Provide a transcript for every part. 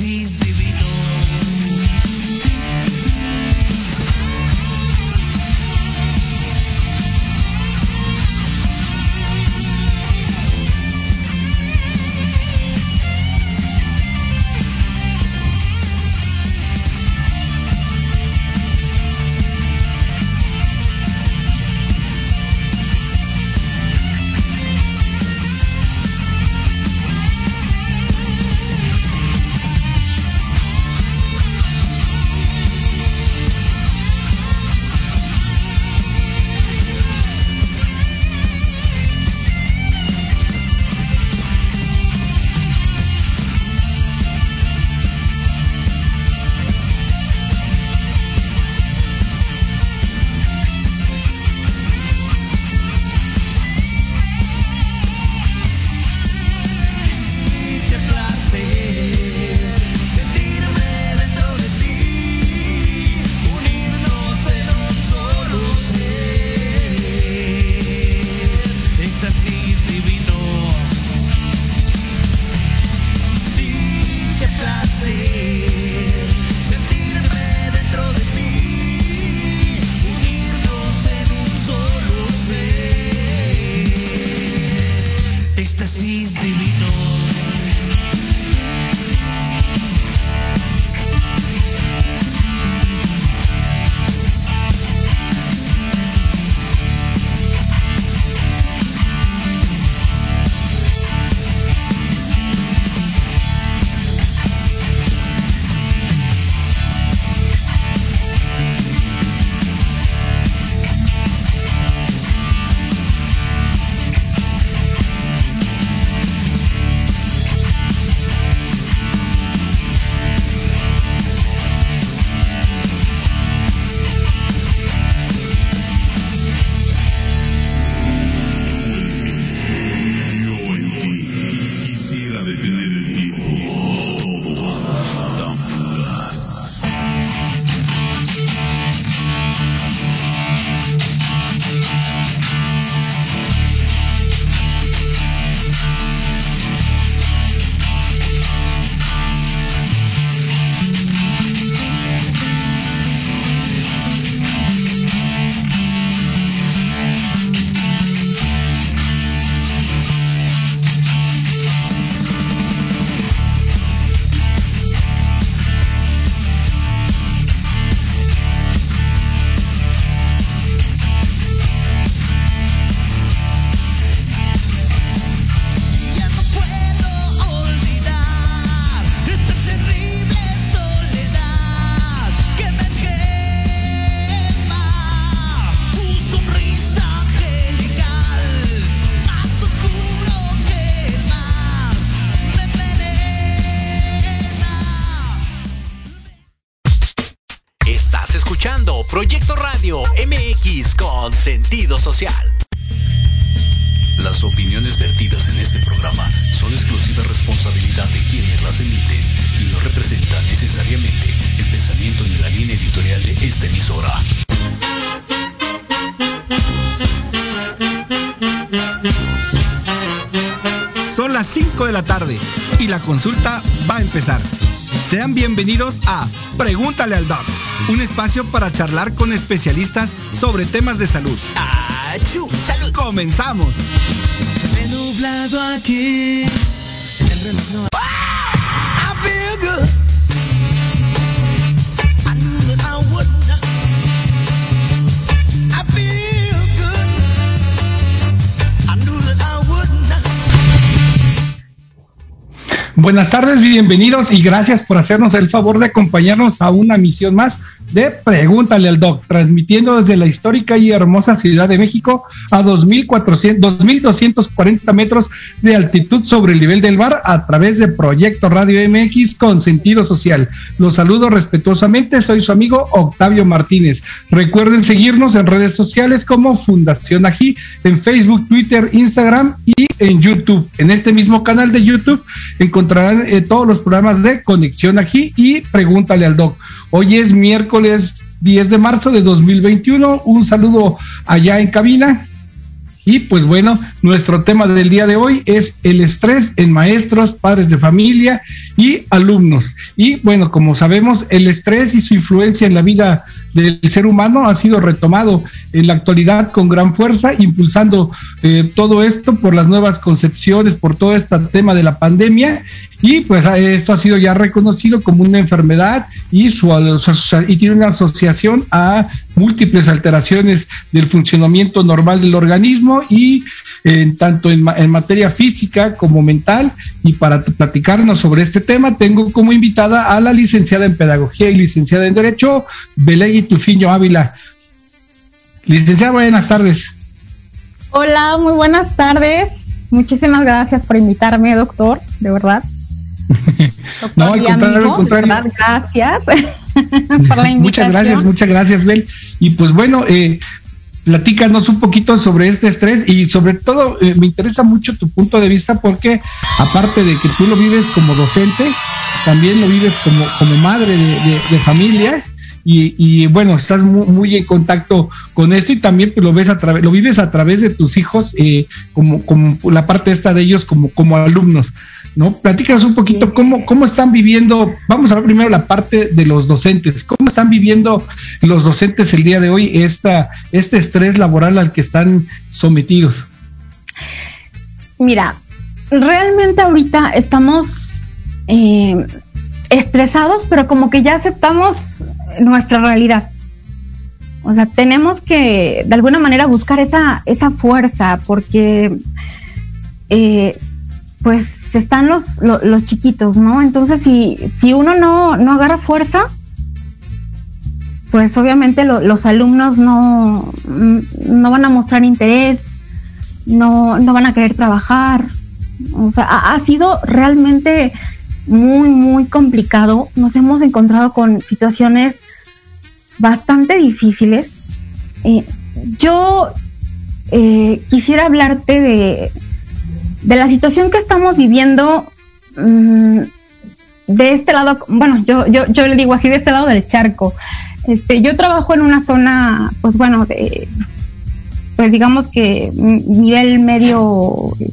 éxtasis divino. Proyecto Radio MX con sentido social. Las opiniones vertidas en este programa son exclusiva responsabilidad de quienes las emiten y no representan necesariamente el pensamiento ni la línea editorial de esta emisora. Son las 5 de la tarde y la consulta va a empezar. Sean bienvenidos a Pregúntale al Doc, un espacio para charlar con especialistas sobre temas de salud. ¡Achú! ¡Salud! ¡Comenzamos! Se ve nublado aquí. El reloj no... I feel good. I knew that I would not. I feel good. I knew that I would not. Buenas tardes, bienvenidos y gracias por hacernos el favor de acompañarnos a una misión más de Pregúntale al Doc, transmitiendo desde la histórica y hermosa Ciudad de México a 2,240 metros de altitud sobre el nivel del mar a través de Proyecto Radio MX con sentido social. Los saludo respetuosamente, soy su amigo Octavio Martínez. Recuerden seguirnos en redes sociales como Fundación Ají, en Facebook, Twitter, Instagram y en YouTube. En este mismo canal de YouTube encontrarán todos los programas de Conexión Ají y Pregúntale al Doc. Hoy es miércoles 10 de marzo de 2021. Un saludo allá en cabina. Y pues bueno, nuestro tema del día de hoy es el estrés en maestros, padres de familia y alumnos. Y bueno, como sabemos, el estrés y su influencia en la vida del ser humano ha sido retomado en la actualidad con gran fuerza, impulsando todo esto por las nuevas concepciones, por todo este tema de la pandemia. Y pues esto ha sido ya reconocido como una enfermedad y tiene una asociación a múltiples alteraciones del funcionamiento normal del organismo y tanto en materia física como mental. Y para platicarnos sobre este tema tengo como invitada a la licenciada en Pedagogía y licenciada en Derecho, Belegui Tufiño Ávila. Licenciada, buenas tardes. Hola, muy buenas tardes. Muchísimas gracias por invitarme, doctor, de verdad. Doctor no, y amigo, de verdad, gracias por la invitación. Muchas gracias, Bel. Y pues bueno, platícanos un poquito sobre este estrés y sobre todo me interesa mucho tu punto de vista porque aparte de que tú lo vives como docente, también lo vives como madre de familia. Y bueno, estás muy en contacto con esto y también pues, lo vives a través de tus hijos, como la parte esta de ellos como alumnos, ¿no? Platícanos un poquito cómo están viviendo. Vamos a ver primero la parte de los docentes. ¿Cómo están viviendo los docentes el día de hoy este estrés laboral al que están sometidos? Mira, realmente ahorita estamos estresados, pero como que ya aceptamos nuestra realidad. O sea, tenemos que de alguna manera buscar esa fuerza porque pues están los chiquitos, ¿no? Entonces si uno no agarra fuerza, pues obviamente los alumnos no van a mostrar interés, no van a querer trabajar. O sea, ha sido realmente muy, muy complicado. Nos hemos encontrado con situaciones bastante difíciles. Yo quisiera hablarte de la situación que estamos viviendo de este lado. Bueno, yo le digo así, de este lado del charco. Yo trabajo en una zona, pues bueno, pues digamos que nivel medio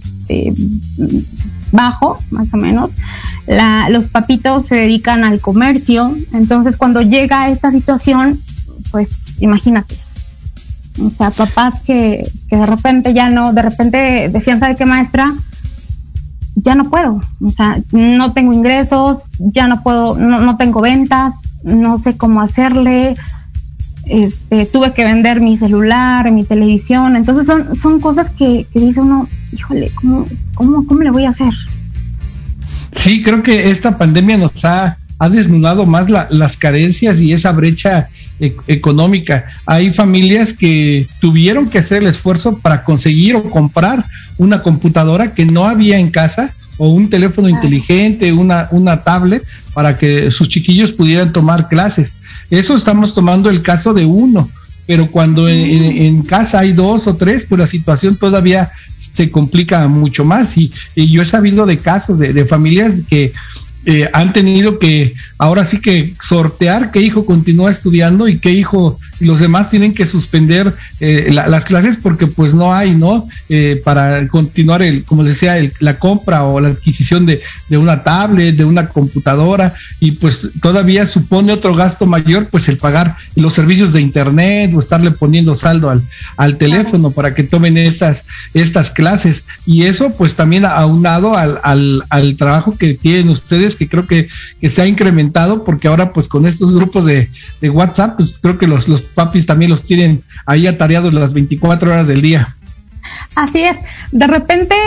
bajo, más o menos. Los papitos se dedican al comercio, entonces cuando llega esta situación, pues imagínate, o sea, papás que de repente decían, ¿sabe qué, maestra? Ya no puedo, o sea, no tengo ingresos, ya no puedo, no tengo ventas, no sé cómo hacerle, tuve que vender mi celular, mi televisión. Entonces son cosas que dice uno, híjole, ¿cómo le voy a hacer? Sí, creo que esta pandemia nos ha desnudado más las carencias y esa brecha económica. Hay familias que tuvieron que hacer el esfuerzo para conseguir o comprar una computadora que no había en casa o un teléfono inteligente, una tablet para que sus chiquillos pudieran tomar clases. Eso estamos tomando el caso de uno, pero cuando en casa hay 2 o 3, pues la situación todavía se complica mucho más. Y yo he sabido de casos de familias que han tenido que ahora sí que sortear qué hijo continúa estudiando y qué hijo, los demás tienen que suspender las clases porque pues no hay, ¿no? Para continuar como les decía, la compra o la adquisición de una tablet, de una computadora, y pues todavía supone otro gasto mayor, pues el pagar los servicios de internet o estarle poniendo saldo al teléfono para que tomen estas clases. Y eso pues también aunado al trabajo que tienen ustedes, que creo que se ha incrementado, porque ahora pues con estos grupos de WhatsApp, pues creo que los papis también los tienen ahí atareados las 24 horas del día. Así es. De repente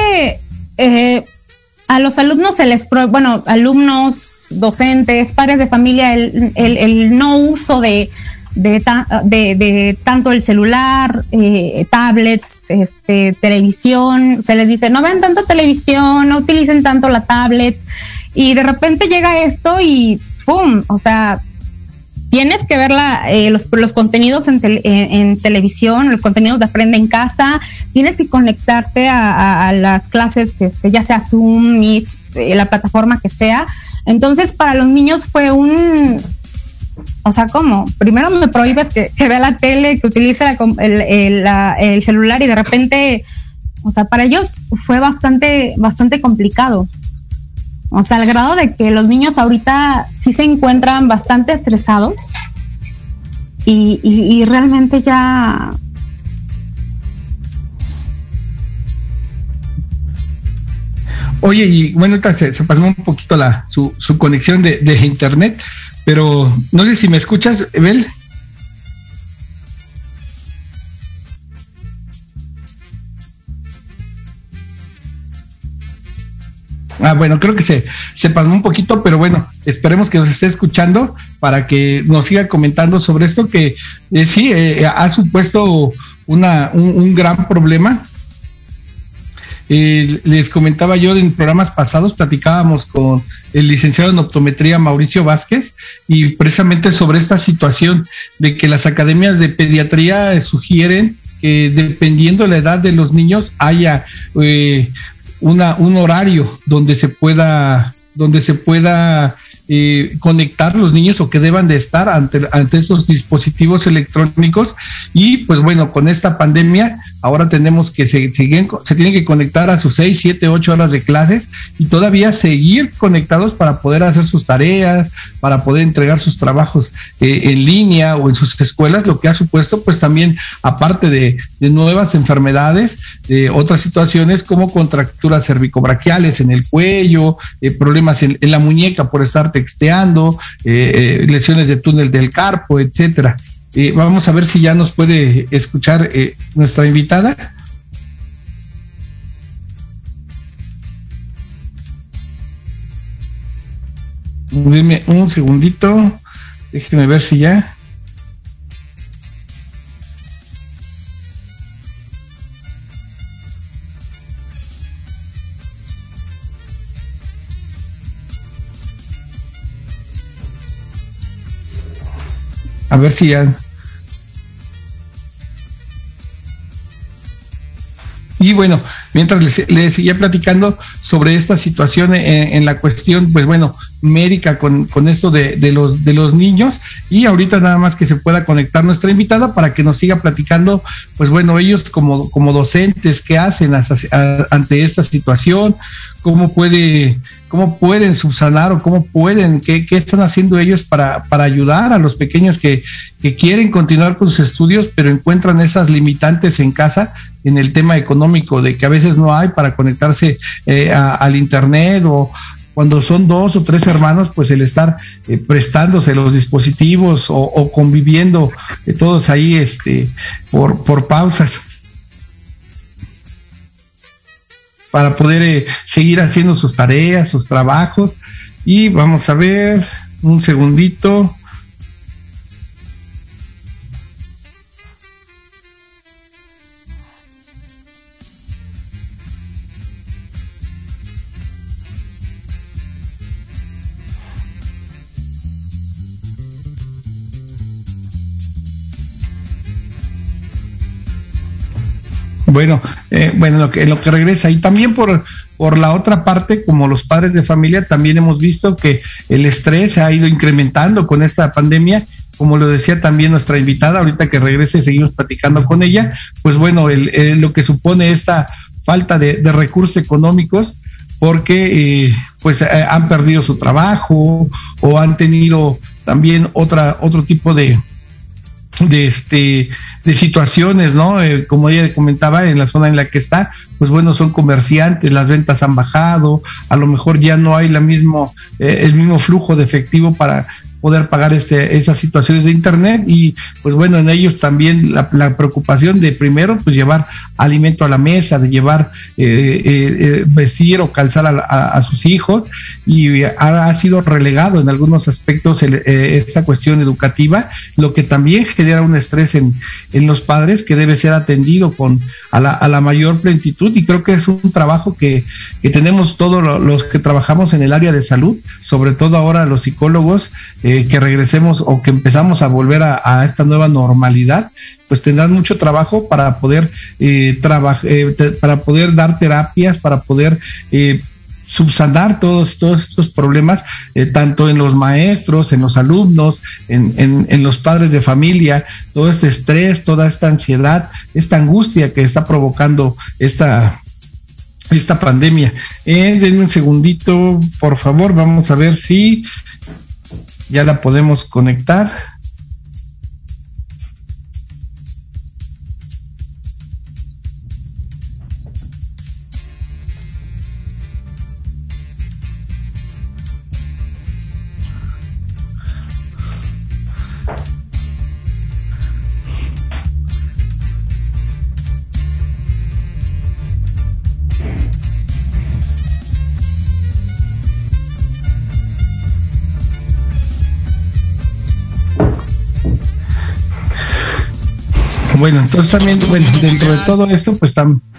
a los alumnos alumnos, docentes, padres de familia, el no uso de tanto el celular, tablets, televisión. Se les dice, no vean tanto televisión, no utilicen tanto la tablet, y de repente llega esto y ¡pum! O sea, tienes que ver los contenidos en televisión, los contenidos de Aprende en Casa, tienes que conectarte a las clases, ya sea Zoom, Meet, la plataforma que sea. Entonces, para los niños fue o sea, ¿cómo? Primero me prohíbes que vea la tele, que utilice el celular, y de repente O sea, para ellos fue bastante complicado. O sea, al grado de que los niños ahorita sí se encuentran bastante estresados y realmente ya... Oye, y bueno, ahorita se pasó un poquito su conexión de internet, pero no sé si me escuchas, Bel. Bueno, creo que se pasó un poquito, pero bueno, esperemos que nos esté escuchando para que nos siga comentando sobre esto que sí, ha supuesto un gran problema. Les comentaba yo en programas pasados, platicábamos con el licenciado en optometría Mauricio Vázquez y precisamente sobre esta situación de que las academias de pediatría sugieren que dependiendo de la edad de los niños haya un horario donde se pueda conectar los niños o que deban de estar ante estos dispositivos electrónicos. Y pues bueno, con esta pandemia ahora tenemos que se tienen que conectar a sus 6, 7, 8 horas de clases y todavía seguir conectados para poder hacer sus tareas, para poder entregar sus trabajos en línea o en sus escuelas, lo que ha supuesto pues también, aparte de nuevas enfermedades, otras situaciones como contracturas cervicobraquiales en el cuello, problemas en la muñeca por estar texteando, lesiones de túnel del carpo, etcétera. Vamos a ver si ya nos puede escuchar nuestra invitada. Dime un segundito, déjenme ver si ya. A ver si ya. Y bueno, mientras les seguía platicando sobre esta situación en la cuestión, pues bueno, médica con esto de los niños, y ahorita nada más que se pueda conectar nuestra invitada para que nos siga platicando, pues bueno, ellos como docentes, ¿qué hacen ante esta situación? ¿Cómo pueden subsanar o qué están haciendo ellos para ayudar a los pequeños que quieren continuar con sus estudios, pero encuentran esas limitantes en casa en el tema económico, de que a veces no hay para conectarse al internet, o cuando son 2 o 3 hermanos, pues el estar prestándose los dispositivos o conviviendo todos ahí por pausas, para poder seguir haciendo sus tareas, sus trabajos. Y vamos a ver un segundito. Bueno, en lo que regresa, y también por la otra parte, como los padres de familia, también hemos visto que el estrés se ha ido incrementando con esta pandemia, como lo decía también nuestra invitada. Ahorita que regrese seguimos platicando con ella. Pues bueno, lo que supone esta falta de recursos económicos, porque pues han perdido su trabajo o han tenido también otro tipo de situaciones, ¿no? Como ella comentaba, en la zona en la que está, pues bueno, son comerciantes, las ventas han bajado, a lo mejor ya no hay el mismo flujo de efectivo para poder pagar esas situaciones de internet. Y pues bueno, en ellos también la preocupación de primero pues llevar alimento a la mesa, de llevar vestir o calzar a sus hijos, y ha sido relegado en algunos aspectos esta cuestión educativa, lo que también genera un estrés en los padres, que debe ser atendido a la mayor plenitud. Y creo que es un trabajo que tenemos todos los que trabajamos en el área de salud, sobre todo ahora los psicólogos, que regresemos o que empezamos a volver a esta nueva normalidad, pues tendrán mucho trabajo para poder para poder dar terapias, para poder subsanar todos estos problemas, tanto en los maestros, en los alumnos, en los padres de familia, todo este estrés, toda esta ansiedad, esta angustia que está provocando esta pandemia. Denme un segundito, por favor, vamos a ver si ya la podemos conectar. Bueno, entonces también, dentro de todo esto, pues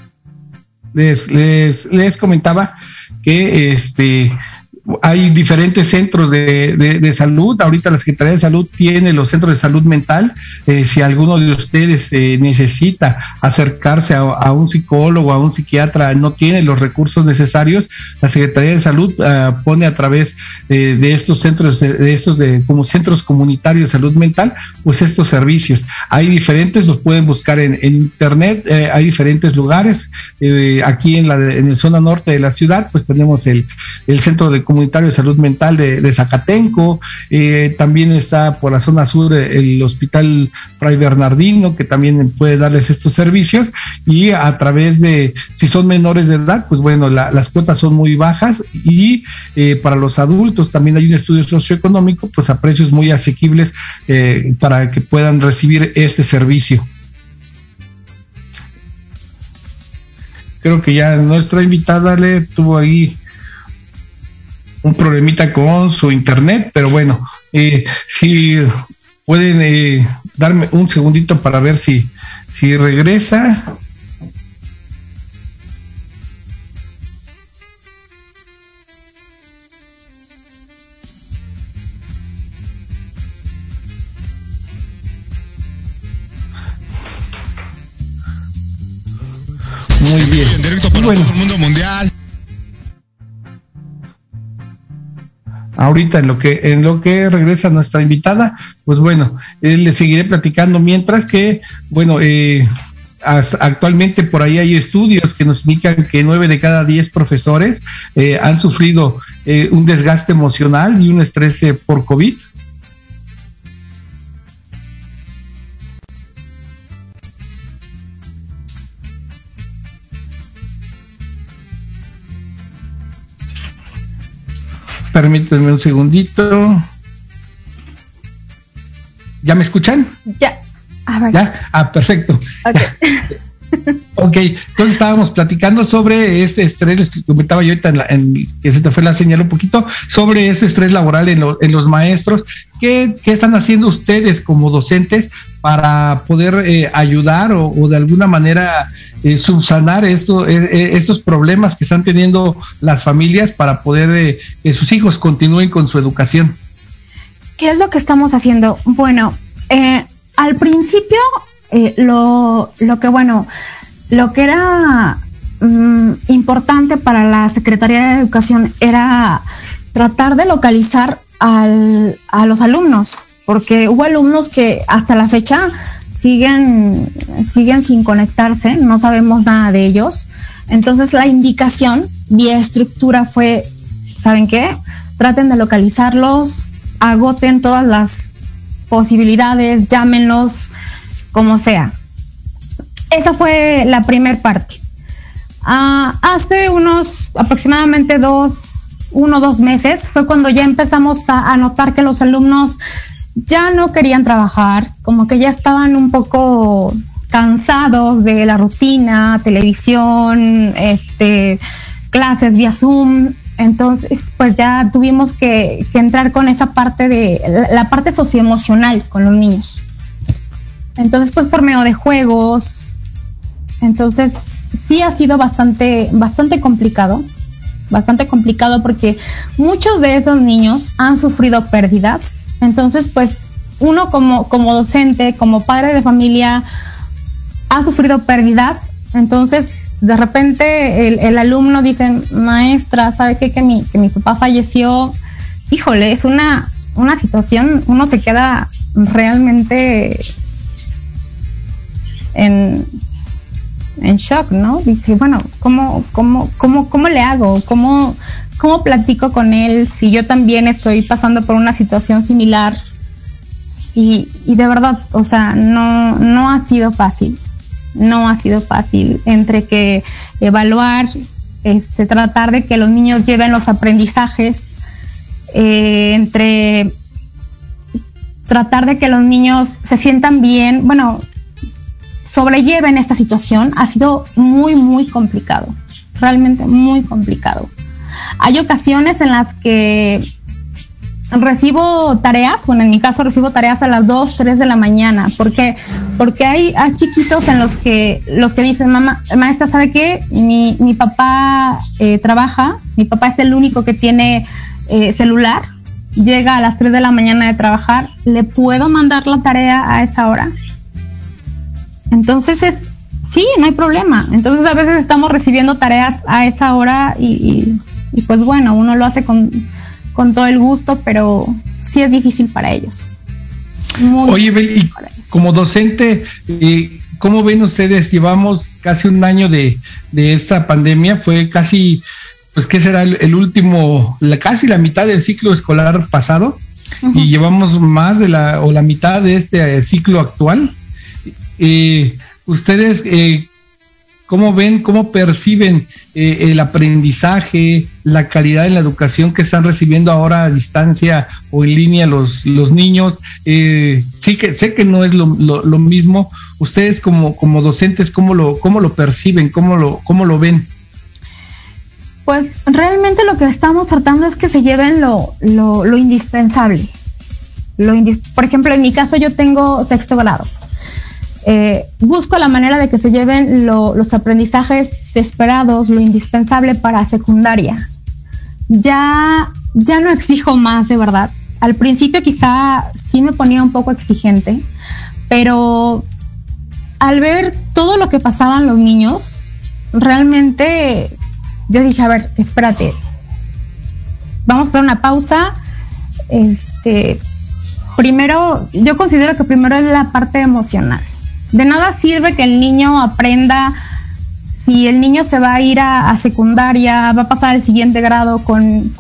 les comentaba que hay diferentes centros de salud. Ahorita la Secretaría de Salud tiene los centros de salud mental. Si alguno de ustedes necesita acercarse a un psicólogo, a un psiquiatra, no tiene los recursos necesarios, la Secretaría de Salud pone a través de estos centros, como centros comunitarios de salud mental, pues estos servicios. Hay diferentes, los pueden buscar en internet, hay diferentes lugares. Aquí en la zona norte de la ciudad, pues tenemos el centro de comunitario de salud mental de Zacatenco, también está por la zona sur el Hospital Fray Bernardino, que también puede darles estos servicios, y a través de, si son menores de edad, pues bueno, las cuotas son muy bajas, y para los adultos también hay un estudio socioeconómico, pues a precios muy asequibles para que puedan recibir este servicio. Creo que ya nuestra invitada le tuvo ahí un problemita con su internet, pero bueno, si pueden darme un segundito para ver si regresa. Muy bien. En directo para todo el mundo mundial. Ahorita en lo que regresa nuestra invitada, pues bueno, le seguiré platicando, mientras que, bueno, actualmente por ahí hay estudios que nos indican que 9 de cada 10 profesores han sufrido un desgaste emocional y un estrés por COVID. Permítanme un segundito. ¿Ya me escuchan? Ya. A ver. ¿Ya? Perfecto. Okay. Ok, entonces estábamos platicando sobre este estrés, les comentaba yo ahorita que se te fue la señal un poquito, sobre ese estrés laboral en los maestros. ¿Qué están haciendo ustedes como docentes para poder ayudar o de alguna manera subsanar estos problemas que están teniendo las familias para poder que sus hijos continúen con su educación? ¿Qué es lo que estamos haciendo? Bueno, al principio lo que era importante para la Secretaría de Educación era tratar de localizar a los alumnos, porque hubo alumnos que hasta la fecha siguen sin conectarse, no sabemos nada de ellos. Entonces la indicación vía estructura fue, ¿saben qué? Traten de localizarlos, agoten todas las posibilidades, llámenlos, como sea. Esa fue la primer parte. Hace aproximadamente 2 meses fue cuando ya empezamos a notar que los alumnos ya no querían trabajar, como que ya estaban un poco cansados de la rutina, televisión, clases vía Zoom. Entonces, pues ya tuvimos que entrar con esa parte de la parte socioemocional con los niños. Entonces, pues por medio de juegos. Entonces, sí ha sido bastante complicado. Bastante complicado porque muchos de esos niños han sufrido pérdidas. Entonces, pues uno como docente, como padre de familia, ha sufrido pérdidas Entonces, de repente el alumno dice, maestra, ¿sabe qué? Que mi papá falleció. Híjole, es una situación, uno se queda realmente en shock, ¿no? Dice, bueno, ¿cómo le hago? ¿Cómo platico con él si yo también estoy pasando por una situación similar? Y de verdad, o sea, no ha sido fácil. No ha sido fácil entre que evaluar, tratar de que los niños lleven los aprendizajes, entre tratar de que los niños se sientan bien, bueno, sobrelleven esta situación. Ha sido muy, muy complicado, realmente muy complicado. Hay ocasiones en las que recibo tareas, bueno, en mi caso recibo tareas a las 2, 3 de la mañana, porque hay chiquitos en los que dicen, maestra, ¿sabe qué? Mi papá trabaja, mi papá es el único que tiene celular, llega a las 3 de la mañana de trabajar, ¿le puedo mandar la tarea a esa hora? Entonces sí, no hay problema. Entonces a veces estamos recibiendo tareas a esa hora y pues bueno, uno lo hace con todo el gusto, pero sí es difícil para ellos. Oye, Bel, como docente, ¿cómo ven ustedes? Llevamos casi un año de esta pandemia, fue casi, pues, ¿qué será? El último, casi la mitad del ciclo escolar pasado, uh-huh. Y llevamos más de la mitad de este ciclo actual. Ustedes, ¿cómo ven, cómo perciben el aprendizaje, la calidad en la educación que están recibiendo ahora a distancia o en línea los niños? Sí que sé que no es lo mismo. Ustedes como docentes, ¿cómo lo perciben? ¿Cómo lo ven? Pues realmente lo que estamos tratando es que se lleven lo indispensable. Por ejemplo, en mi caso yo tengo 6º grado. Busco la manera de que se lleven los aprendizajes esperados, lo indispensable para secundaria. Ya no exijo más, de verdad. Al principio quizá sí me ponía un poco exigente, pero al ver todo lo que pasaban los niños, realmente yo dije, a ver, espérate, vamos a hacer una pausa. Primero, yo considero que primero es la parte emocional. De nada sirve que el niño aprenda si el niño se va a ir a secundaria, va a pasar al siguiente grado con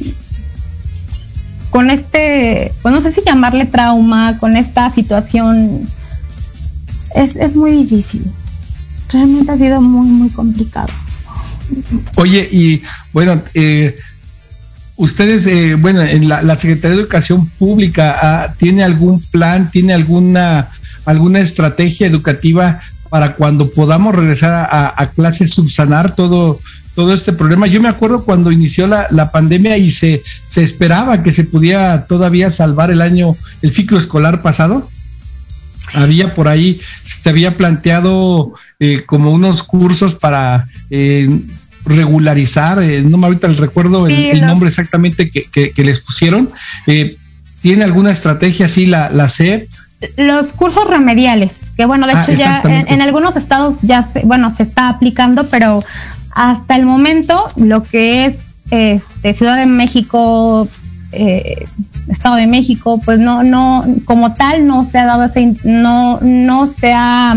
pues no sé si llamarle trauma, con esta situación. Es muy difícil. Realmente ha sido muy, muy complicado. Oye, y bueno, ustedes, en la Secretaría de Educación Pública, ¿tiene algún plan, tiene alguna estrategia educativa para cuando podamos regresar a clases, subsanar todo este problema? Yo me acuerdo cuando inició la pandemia y se esperaba que se pudiera todavía salvar el ciclo escolar pasado. Había por ahí, se había planteado como unos cursos para regularizar, no me ahorita recuerdo el nombre exactamente que les pusieron. ¿Tiene alguna estrategia así la SEP? Los cursos remediales, que bueno, de hecho ya en algunos estados ya se está aplicando, pero hasta el momento lo que es Ciudad de México, Estado de México, pues no como tal no se ha dado no se ha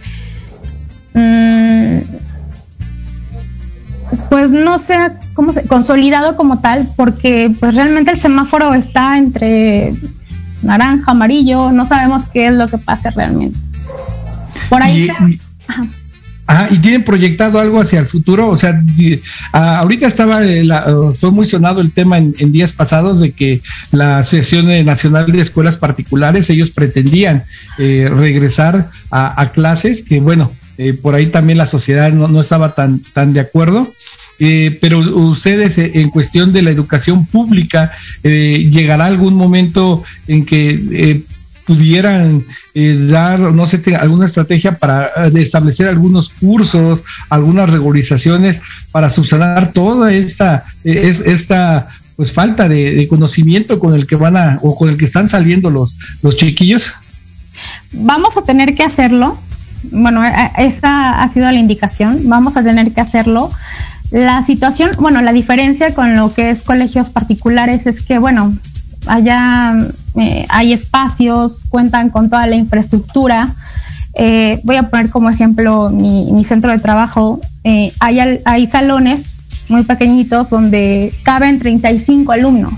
pues no se ha consolidado como tal, porque pues realmente el semáforo está entre naranja, amarillo, no sabemos qué es lo que pase realmente. Por ahí ¿y tienen proyectado algo hacia el futuro? O sea, ahorita fue muy sonado el tema en días pasados de que la Asociación Nacional de Escuelas Particulares, ellos pretendían regresar a clases, que bueno, por ahí también la sociedad no estaba tan de acuerdo. Pero ustedes, en cuestión de la educación pública, ¿llegará algún momento en que pudieran dar, no sé, alguna estrategia para establecer algunos cursos, algunas regularizaciones para subsanar toda esta pues falta de conocimiento con el que con el que están saliendo los chiquillos? Vamos a tener que hacerlo. bueno, esa ha sido la indicación, vamos a tener que hacerlo. La situación, bueno, la diferencia con lo que es colegios particulares es que, bueno, allá hay espacios, cuentan con toda la infraestructura. Voy a poner como ejemplo mi centro de trabajo. Hay salones muy pequeñitos donde caben 35 alumnos.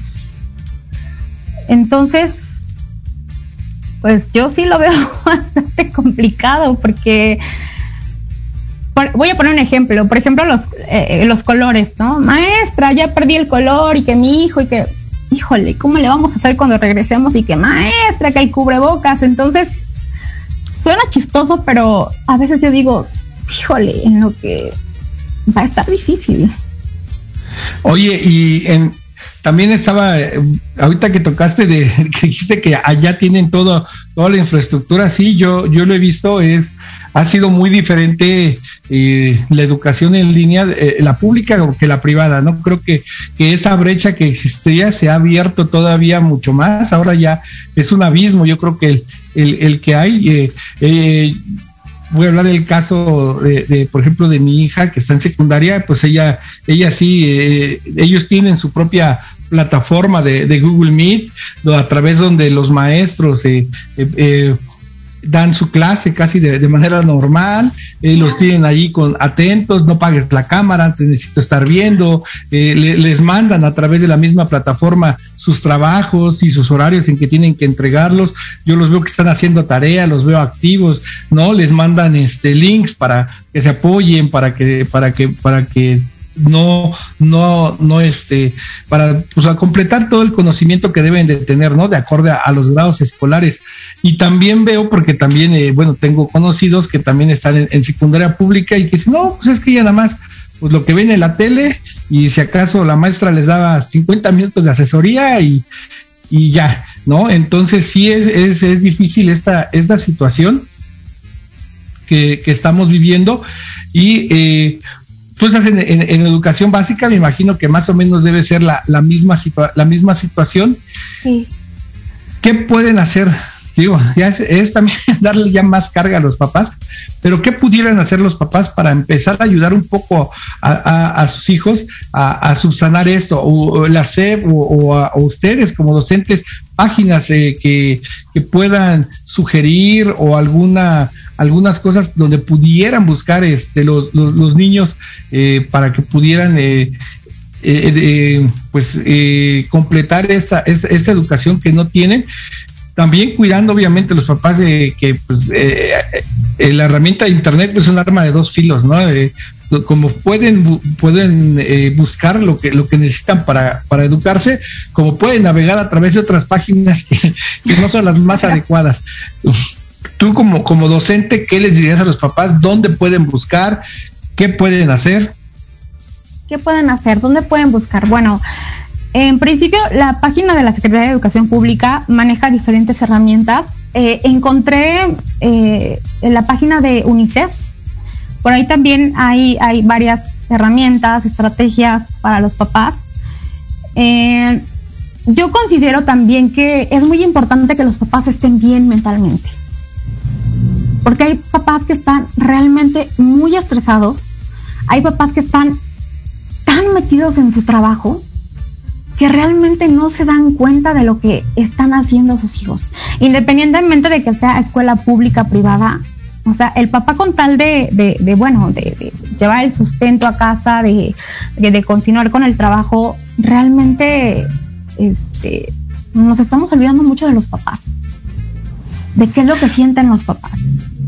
Entonces, pues yo sí lo veo bastante complicado porque voy a poner un ejemplo. Por ejemplo, los colores, ¿no? Maestra, ya perdí el color y que mi hijo y que, híjole, ¿cómo le vamos a hacer cuando regresemos? Y que maestra, que el cubrebocas. Entonces, suena chistoso, pero a veces yo digo, híjole, en lo que va a estar difícil. Oye, y también estaba, ahorita que tocaste que dijiste que allá tienen toda la infraestructura, sí, yo lo he visto, ha sido muy diferente la educación en línea, la pública que la privada, ¿no? Creo que esa brecha que existía se ha abierto todavía mucho más, ahora ya es un abismo, yo creo que el que hay, voy a hablar del caso por ejemplo, de mi hija que está en secundaria, pues ella sí, ellos tienen su propia plataforma de Google Meet, a través donde los maestros dan su clase casi de manera normal, los tienen allí atentos, no pagues la cámara, te necesito estar viendo, les mandan a través de la misma plataforma sus trabajos y sus horarios en que tienen que entregarlos. Yo los veo que están haciendo tarea, los veo activos, ¿no? Les mandan links para que se apoyen, para que para pues a completar todo el conocimiento que deben de tener, ¿no? De acorde a los grados escolares. Y también veo, porque también, tengo conocidos que también están en secundaria pública y que dicen, no, pues es que ya nada más, pues lo que ven en la tele, y si acaso la maestra les daba 50 minutos de asesoría y ya, ¿no? Entonces sí es difícil esta situación que estamos viviendo. Y tú estás en educación básica, me imagino que más o menos debe ser la misma situación. Sí. ¿Qué pueden hacer? Digo, ya es también darle ya más carga a los papás, pero ¿qué pudieran hacer los papás para empezar a ayudar un poco a sus hijos a subsanar esto? O la SEP o ustedes como docentes, páginas que puedan sugerir, o algunas cosas donde pudieran buscar los niños para que pudieran completar esta educación que no tienen. También cuidando obviamente los papás de que la herramienta de internet es un arma de dos filos, ¿no? Como pueden buscar lo que necesitan para educarse, como pueden navegar a través de otras páginas que no son las más adecuadas. Tú como docente, ¿qué les dirías a los papás? ¿Dónde pueden buscar? ¿Qué pueden hacer? ¿Qué pueden hacer? ¿Dónde pueden buscar? Bueno, en principio, la página de la Secretaría de Educación Pública maneja diferentes herramientas. Encontré en la página de UNICEF, por ahí también hay varias herramientas, estrategias para los papás. Yo considero también que es muy importante que los papás estén bien mentalmente, porque hay papás que están realmente muy estresados, hay papás que están tan metidos en su trabajo que realmente no se dan cuenta de lo que están haciendo sus hijos, independientemente de que sea escuela pública, privada. O sea, el papá, con tal de llevar el sustento a casa, de continuar con el trabajo, realmente nos estamos olvidando mucho de los papás, de qué es lo que sienten los papás.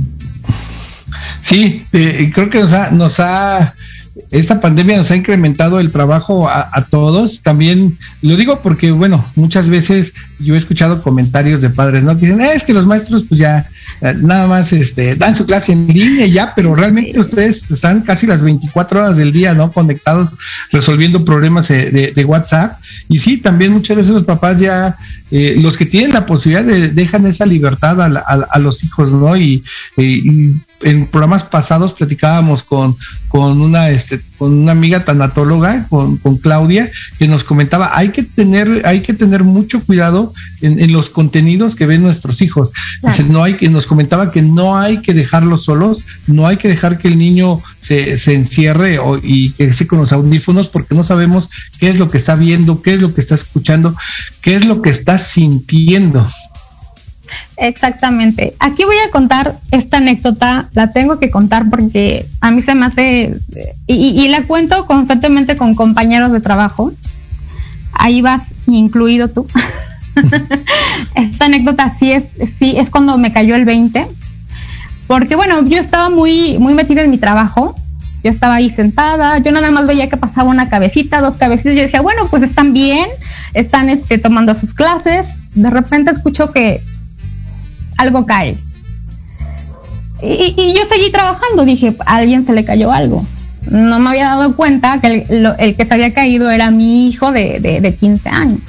Sí, creo que esta pandemia nos ha incrementado el trabajo a todos. También lo digo porque, muchas veces yo he escuchado comentarios de padres, ¿no? Que dicen, es que los maestros pues ya nada más dan su clase en línea y ya, pero realmente ustedes están casi las 24 horas del día, ¿no? Conectados, resolviendo problemas de WhatsApp. Y sí, también muchas veces los papás ya, los que tienen la posibilidad dejan esa libertad a los hijos, ¿no? Y en programas pasados platicábamos con una amiga tanatóloga, con Claudia, que nos comentaba, hay que tener mucho cuidado en los contenidos que ven nuestros hijos. Claro. Nos comentaba que no hay que dejarlos solos, no hay que dejar que el niño se encierre y que esté con los audífonos, porque no sabemos qué es lo que está viendo, qué es lo que está escuchando, qué es lo que está sintiendo. Exactamente. Aquí voy a contar esta anécdota, la tengo que contar porque a mí se me hace, y la cuento constantemente con compañeros de trabajo. Ahí vas, incluido tú. Esta anécdota sí es cuando me cayó el 20, porque bueno, yo estaba muy metida en mi trabajo. Yo estaba ahí sentada, yo nada más veía que pasaba una cabecita, 2 cabecitas, yo decía, bueno, pues están bien, están tomando sus clases. De repente escucho que algo cae. Y yo seguí trabajando, dije, a alguien se le cayó algo. No me había dado cuenta que el que se había caído era mi hijo de 15 años.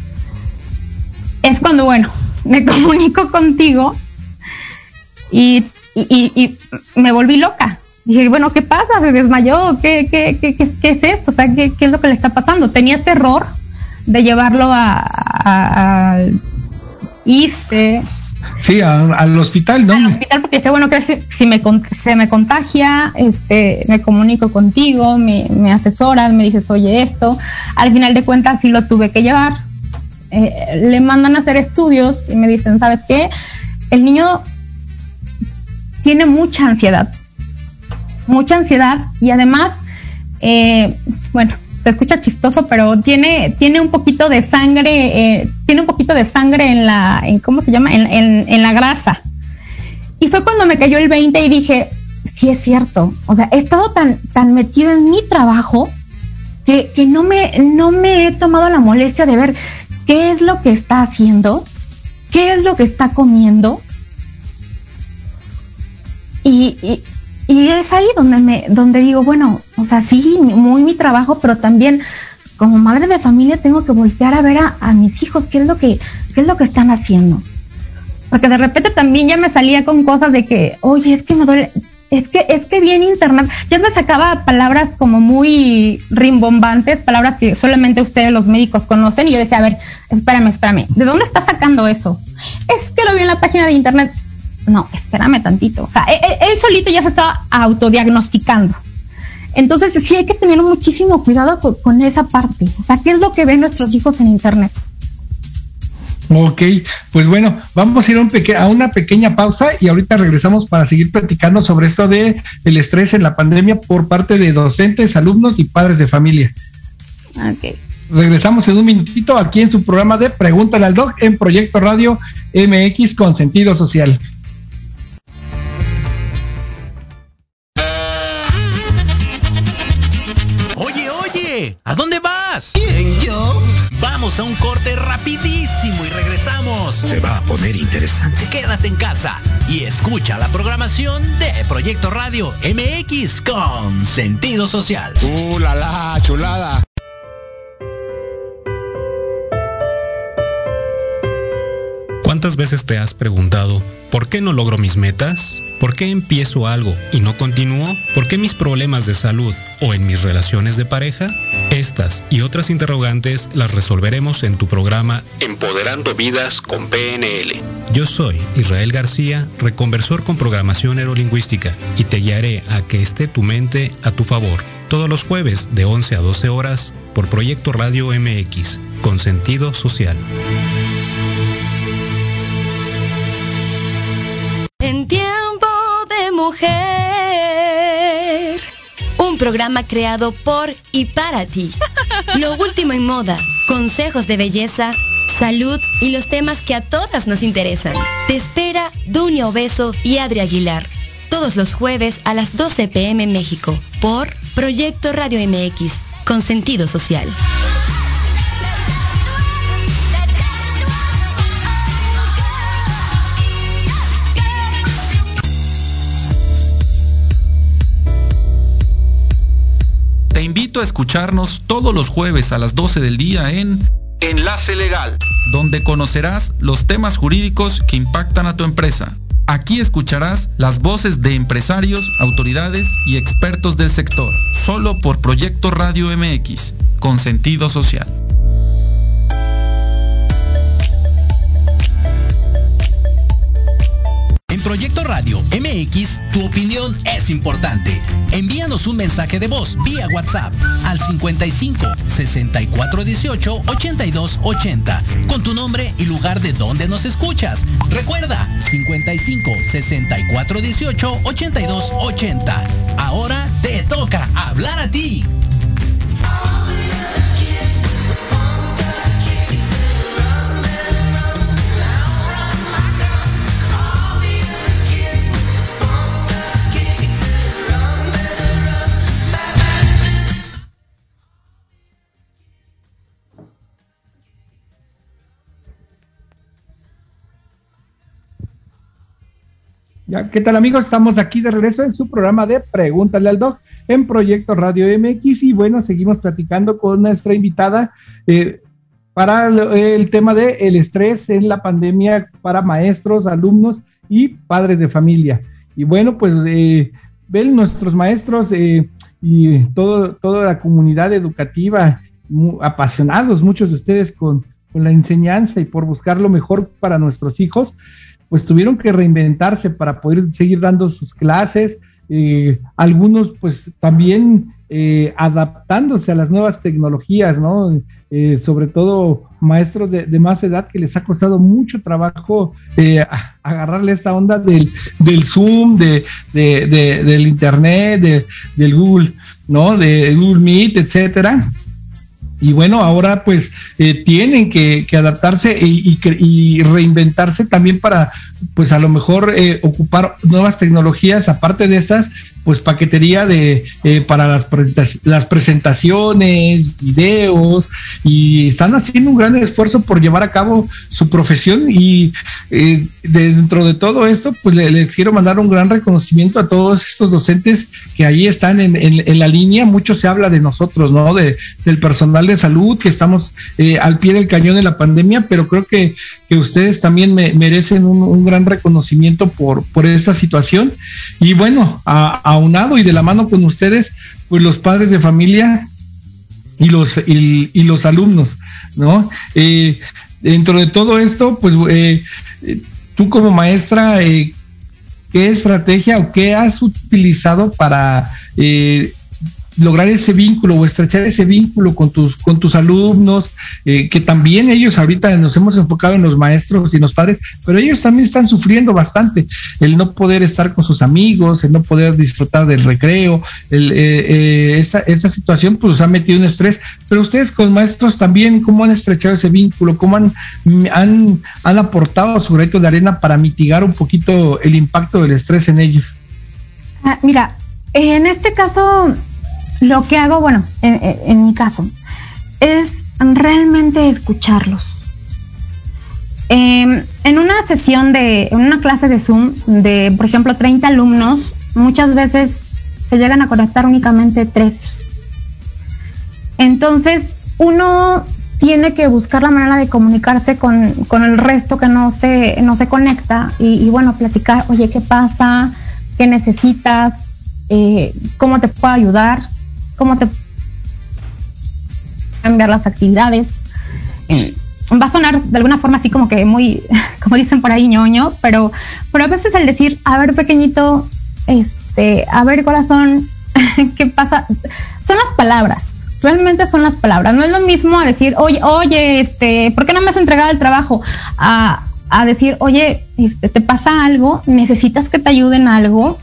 Es cuando, bueno, me comunico contigo y me volví loca. Dije, bueno, ¿qué pasa? ¿Se desmayó? ¿Qué es esto? O sea, ¿qué es lo que le está pasando? Tenía terror de llevarlo al ISSSTE. Sí, al hospital, ¿no? Al hospital, porque decía, bueno, que si se me contagia, me comunico contigo, me asesoras, me dices, oye, esto. Al final de cuentas sí lo tuve que llevar. Le mandan a hacer estudios y me dicen, ¿sabes qué? El niño tiene mucha ansiedad y además, bueno, se escucha chistoso, pero tiene un poquito de sangre, ¿cómo se llama? En la grasa. Y fue cuando me cayó el 20 y dije, sí es cierto. O sea, he estado tan metido en mi trabajo que no me he tomado la molestia de ver qué es lo que está haciendo, qué es lo que está comiendo. Y es ahí donde digo, bueno, o sea, sí, muy mi trabajo, pero también como madre de familia tengo que voltear a ver a mis hijos qué es lo que están haciendo. Porque de repente también ya me salía con cosas de que, oye, es que me duele, es que vi en internet, ya me sacaba palabras como muy rimbombantes, palabras que solamente ustedes los médicos conocen, y yo decía, a ver, espérame, ¿de dónde está sacando eso? Es que lo vi en la página de internet. No, espérame tantito. O sea, él solito ya se estaba autodiagnosticando. Entonces sí hay que tener muchísimo cuidado con esa parte. O sea, ¿qué es lo que ven nuestros hijos en internet? Ok, pues bueno, vamos a ir a una pequeña pausa y ahorita regresamos para seguir platicando sobre esto de el estrés en la pandemia por parte de docentes, alumnos y padres de familia. Ok. Regresamos en un minutito aquí en su programa de Pregúntale al Doc en Proyecto Radio MX con sentido social. Oye, ¿a dónde vas? ¿Quién, yo? Vamos a un corte rapidísimo y regresamos. Se va a poner interesante. Quédate en casa y escucha la programación de Proyecto Radio MX con sentido social. La chulada. ¿Cuántas veces te has preguntado, ¿por qué no logro mis metas? ¿Por qué empiezo algo y no continúo? ¿Por qué mis problemas de salud o en mis relaciones de pareja? Estas y otras interrogantes las resolveremos en tu programa Empoderando Vidas con PNL. Yo soy Israel García, reconversor con programación neurolingüística, y te guiaré a que esté tu mente a tu favor. Todos los jueves de 11 a 12 horas por Proyecto Radio MX con sentido social. En tiempo de mujer, un programa creado por y para ti. Lo último en moda, consejos de belleza, salud y los temas que a todas nos interesan. Te espera Dunia Obeso y Adri Aguilar, todos los jueves a las 12 p.m. en México, por Proyecto Radio MX, con sentido social. Te invito a escucharnos todos los jueves a las 12 del día en Enlace Legal, donde conocerás los temas jurídicos que impactan a tu empresa. Aquí escucharás las voces de empresarios, autoridades y expertos del sector, solo por Proyecto Radio MX, con sentido social. Proyecto Radio MX, tu opinión es importante. Envíanos un mensaje de voz vía WhatsApp al 55 64 18 82 80 con tu nombre y lugar de donde nos escuchas. Recuerda, 55 64 18 82 80. Ahora te toca hablar a ti. Ya, ¿qué tal, amigos? Estamos aquí de regreso en su programa de Pregúntale al Doc en Proyecto Radio MX y bueno, seguimos platicando con nuestra invitada para el tema de el estrés en la pandemia para maestros, alumnos y padres de familia. Y bueno, pues ven nuestros maestros y toda la comunidad educativa apasionados, muchos de ustedes con la enseñanza y por buscar lo mejor para nuestros hijos, pues tuvieron que reinventarse para poder seguir dando sus clases, algunos pues también adaptándose a las nuevas tecnologías, ¿no? Sobre todo maestros de más edad que les ha costado mucho trabajo agarrarle esta onda del Zoom, del Internet, del Google, ¿no? De Google Meet, etcétera. Y bueno, ahora pues tienen que adaptarse y reinventarse también para, pues a lo mejor ocupar nuevas tecnologías, aparte de estas, pues paquetería para las presentaciones, videos, y están haciendo un gran esfuerzo por llevar a cabo su profesión y dentro de todo esto, pues les quiero mandar un gran reconocimiento a todos estos docentes que ahí están en la línea. Mucho se habla de nosotros, ¿no? Del personal de salud, que estamos al pie del cañón de la pandemia, pero creo que ustedes también merecen un gran reconocimiento por esta situación. Y bueno, aunado y de la mano con ustedes, pues los padres de familia y los alumnos, ¿no? Dentro de todo esto, pues tú como maestra, ¿qué estrategia o qué has utilizado para lograr ese vínculo o estrechar ese vínculo con tus alumnos, que también ellos ahorita nos hemos enfocado en los maestros y los padres, pero ellos también están sufriendo bastante, el no poder estar con sus amigos, el no poder disfrutar del recreo, esta situación pues ha metido un estrés, pero ustedes con maestros también, ¿cómo han estrechado ese vínculo? ¿Cómo han aportado su granito de arena para mitigar un poquito el impacto del estrés en ellos? Mira, en este caso, lo que hago, bueno, en mi caso, es realmente escucharlos. En una clase de Zoom de, por ejemplo, 30 alumnos, muchas veces se llegan a conectar únicamente 3. Entonces, uno tiene que buscar la manera de comunicarse con el resto que no se conecta y bueno, platicar, oye, ¿qué pasa? ¿Qué necesitas? ¿Cómo te puedo ayudar? ¿Cómo te cambiar las actividades? Va a sonar de alguna forma así como que muy, como dicen por ahí, ñoño, pero a veces el decir, a ver, pequeñito, a ver, corazón, ¿qué pasa? Son las palabras, realmente son las palabras. No es lo mismo a decir, oye, ¿por qué no me has entregado el trabajo? A decir, oye, ¿te pasa algo? ¿Necesitas que te ayuden algo?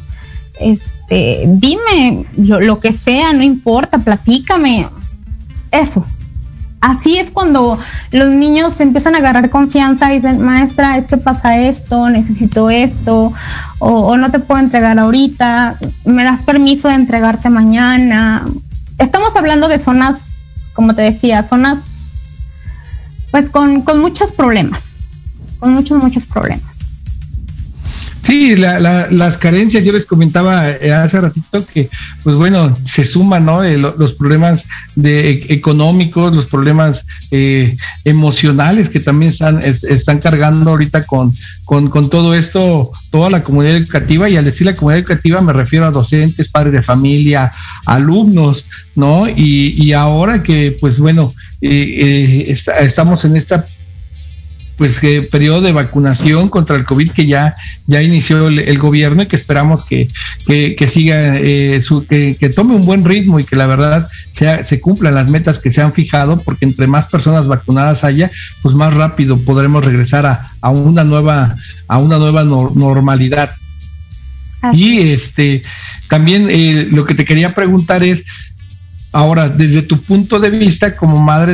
Dime lo que sea, no importa, platícame. Eso. Así es cuando los niños empiezan a agarrar confianza y dicen, maestra, es que pasa esto, necesito esto, o no te puedo entregar ahorita, me das permiso de entregarte mañana. Estamos hablando de zonas, como te decía, zonas pues con muchos problemas, con muchos problemas. Sí, las carencias, yo les comentaba hace ratito que, pues bueno, se suman, ¿no? Los problemas económicos, los problemas emocionales que también están cargando ahorita con todo esto, toda la comunidad educativa, y al decir la comunidad educativa me refiero a docentes, padres de familia, alumnos, ¿no? Y ahora que, pues bueno, estamos en esta periodo de vacunación contra el COVID que ya inició el gobierno, y que esperamos que siga, que tome un buen ritmo y que la verdad se cumplan las metas que se han fijado, porque entre más personas vacunadas haya, pues más rápido podremos regresar a una nueva normalidad. Y también lo que te quería preguntar es, ahora, desde tu punto de vista como madre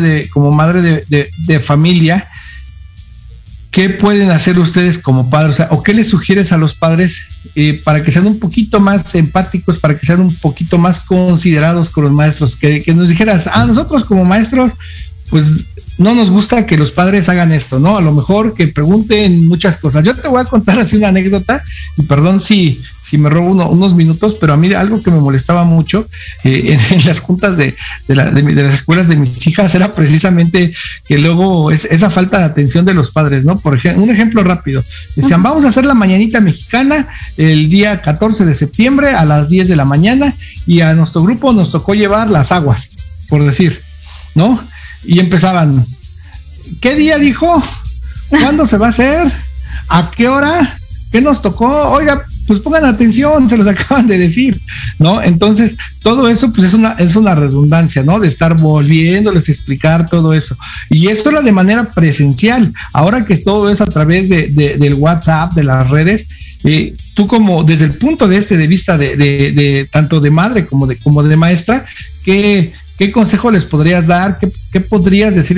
de familia, ¿qué pueden hacer ustedes como padres? O sea, ¿o qué les sugieres a los padres para que sean un poquito más empáticos, para que sean un poquito más considerados con los maestros? Que nos dijeras, nosotros como maestros, pues no nos gusta que los padres hagan esto, ¿no? A lo mejor que pregunten muchas cosas. Yo te voy a contar así una anécdota, y perdón si me robo unos minutos, pero a mí algo que me molestaba mucho en las juntas de las escuelas de mis hijas era precisamente que luego esa falta de atención de los padres, ¿no? Por ejemplo, un ejemplo rápido. Decían, vamos a hacer la mañanita mexicana el día 14 de septiembre a las 10 de la mañana, y a nuestro grupo nos tocó llevar las aguas, por decir, ¿no? Y empezaban, ¿qué día dijo? ¿Cuándo se va a hacer? ¿A qué hora? ¿Qué nos tocó? Oiga, pues pongan atención, se los acaban de decir, ¿no? Entonces, todo eso pues es una redundancia, ¿no? De estar volviéndoles a explicar todo eso. Y eso era de manera presencial. Ahora que todo es a través del WhatsApp, de las redes, tú como desde el punto de vista de tanto de madre como de maestra, ¿qué consejo les podrías dar? ¿Qué podrías decir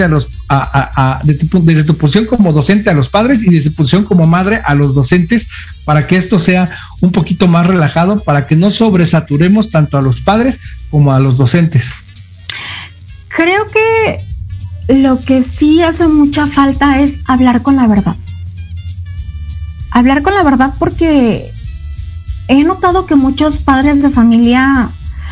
desde tu posición como docente a los padres, y desde tu posición como madre a los docentes, para que esto sea un poquito más relajado, para que no sobresaturemos tanto a los padres como a los docentes? Creo que lo que sí hace mucha falta es hablar con la verdad. Hablar con la verdad, porque he notado que muchos padres de familia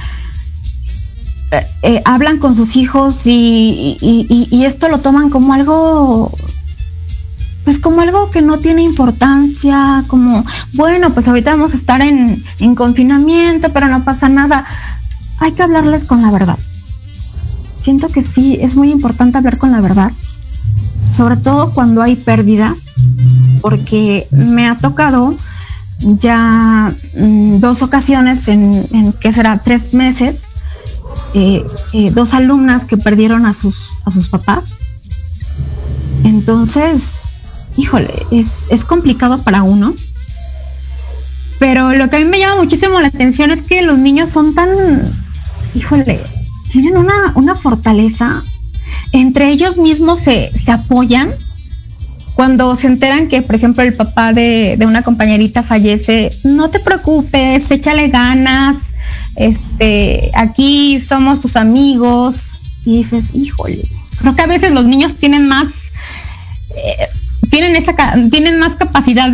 hablan con sus hijos y esto lo toman como algo, pues como algo que no tiene importancia, como, bueno, pues ahorita vamos a estar en confinamiento, pero no pasa nada. Hay que hablarles con la verdad. Siento que sí, es muy importante hablar con la verdad, sobre todo cuando hay pérdidas, porque me ha tocado ya 2 ocasiones en ¿qué será? 3 meses, 2 alumnas que perdieron a sus papás. Entonces, híjole, es complicado para uno. Pero lo que a mí me llama muchísimo la atención es que los niños son tan, híjole, tienen una fortaleza. Entre ellos mismos se apoyan. Cuando se enteran que, por ejemplo, el papá de una compañerita fallece, no te preocupes, échale ganas, aquí somos tus amigos. Y dices, híjole, creo que a veces los niños tienen más, tienen más capacidad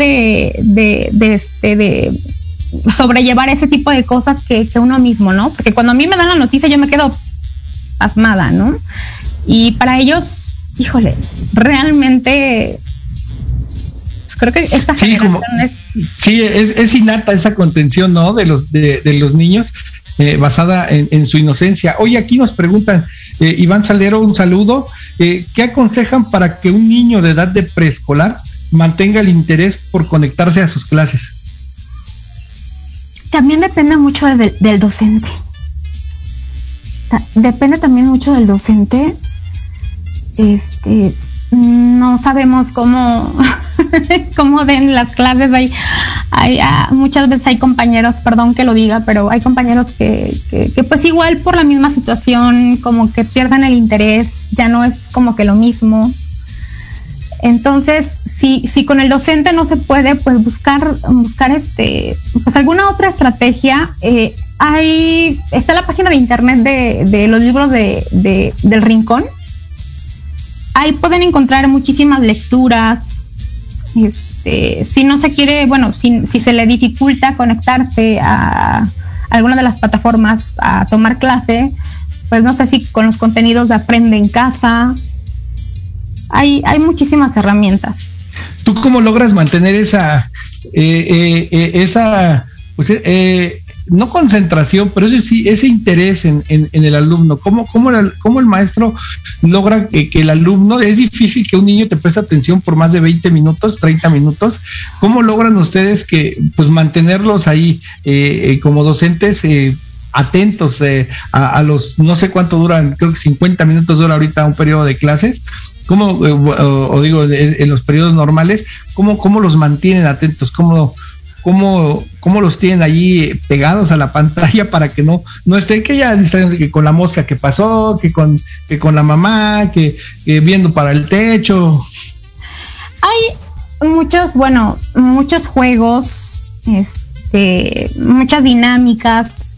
de sobrellevar ese tipo de cosas que uno mismo, ¿no? Porque cuando a mí me dan la noticia yo me quedo pasmada, ¿no? Y para ellos, híjole, realmente creo que esta generación es innata esa contención, ¿no? De los niños, basada en su inocencia. Hoy aquí nos preguntan, Iván Saldero, un saludo. ¿Qué aconsejan para que un niño de edad de preescolar mantenga el interés por conectarse a sus clases? También depende mucho del docente. Depende también mucho del docente. No sabemos cómo den las clases. Muchas veces hay compañeros, perdón que lo diga, pero hay compañeros que pues igual por la misma situación como que pierdan el interés, ya no es como que lo mismo. Entonces, si con el docente no se puede, pues buscar pues alguna otra estrategia. Está la página de internet de los libros del Rincón. Ahí pueden encontrar muchísimas lecturas. Si no se quiere, bueno, si se le dificulta conectarse a alguna de las plataformas a tomar clase, pues no sé si con los contenidos de Aprende en Casa. Hay muchísimas herramientas. ¿Tú cómo logras mantener no concentración, pero ese interés en el alumno. ¿Cómo el maestro logra que el alumno, es difícil que un niño te preste atención por más de 20 minutos, 30 minutos? ¿Cómo logran ustedes que pues mantenerlos ahí como docentes atentos a los, no sé cuánto duran, creo que 50 minutos dura ahorita un periodo de clases? ¿Cómo, o digo, en los periodos normales, cómo los mantienen atentos? ¿Cómo los tienen allí pegados a la pantalla para que no estén, que ya distraen, que con la mosca que pasó, que con la mamá, que viendo para el techo? Hay muchos juegos, muchas dinámicas.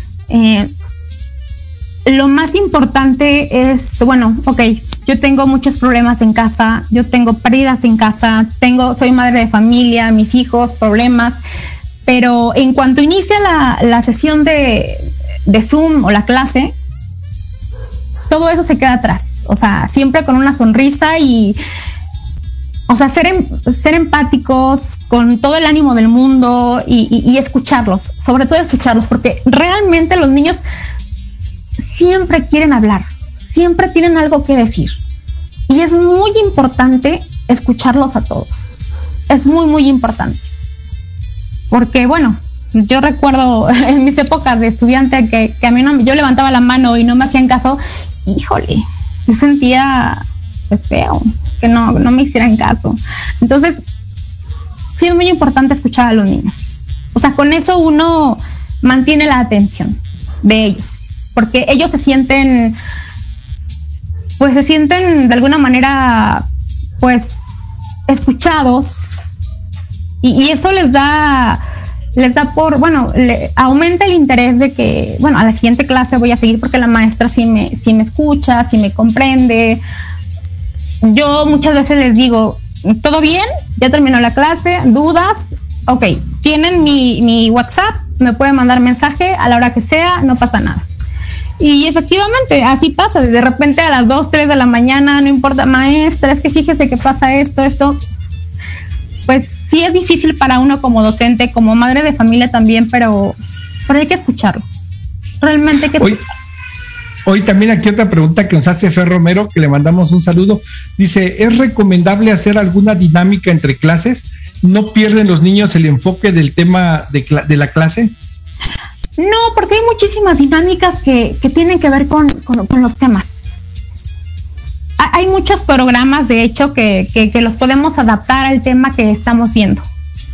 Lo más importante es, yo tengo muchos problemas en casa, yo tengo pérdidas en casa, soy madre de familia, mis hijos, problemas, pero en cuanto inicia la sesión de Zoom o la clase, todo eso se queda atrás, o sea, siempre con una sonrisa y, o sea, ser empáticos con todo el ánimo del mundo y escucharlos, sobre todo escucharlos, porque realmente los niños siempre quieren hablar, siempre tienen algo que decir. Y es muy importante escucharlos a todos. Es muy, muy importante. Porque, yo recuerdo en mis épocas de estudiante que a mí yo levantaba la mano y no me hacían caso. Híjole, yo sentía feo que no me hicieran caso. Entonces, sí es muy importante escuchar a los niños. O sea, con eso uno mantiene la atención de ellos. Porque ellos se sienten de alguna manera, escuchados, y eso les da aumenta el interés de que, a la siguiente clase voy a seguir porque la maestra sí me escucha, sí me comprende. Yo muchas veces les digo, ¿todo bien? ¿Ya terminó la clase? ¿Dudas? Ok, tienen mi WhatsApp, me pueden mandar mensaje a la hora que sea, no pasa nada. Y efectivamente, así pasa, de repente a las 2, 3 de la mañana, no importa, maestra, es que fíjese que pasa esto, pues sí es difícil para uno como docente, como madre de familia también, pero hay que escucharlos, realmente hay que escucharlos. Hoy también aquí otra pregunta que nos hace Fer Romero, que le mandamos un saludo, dice, ¿es recomendable hacer alguna dinámica entre clases? ¿No pierden los niños el enfoque del tema de la clase? No, porque hay muchísimas dinámicas que tienen que ver con los temas. Hay muchos programas, de hecho, que los podemos adaptar al tema que estamos viendo.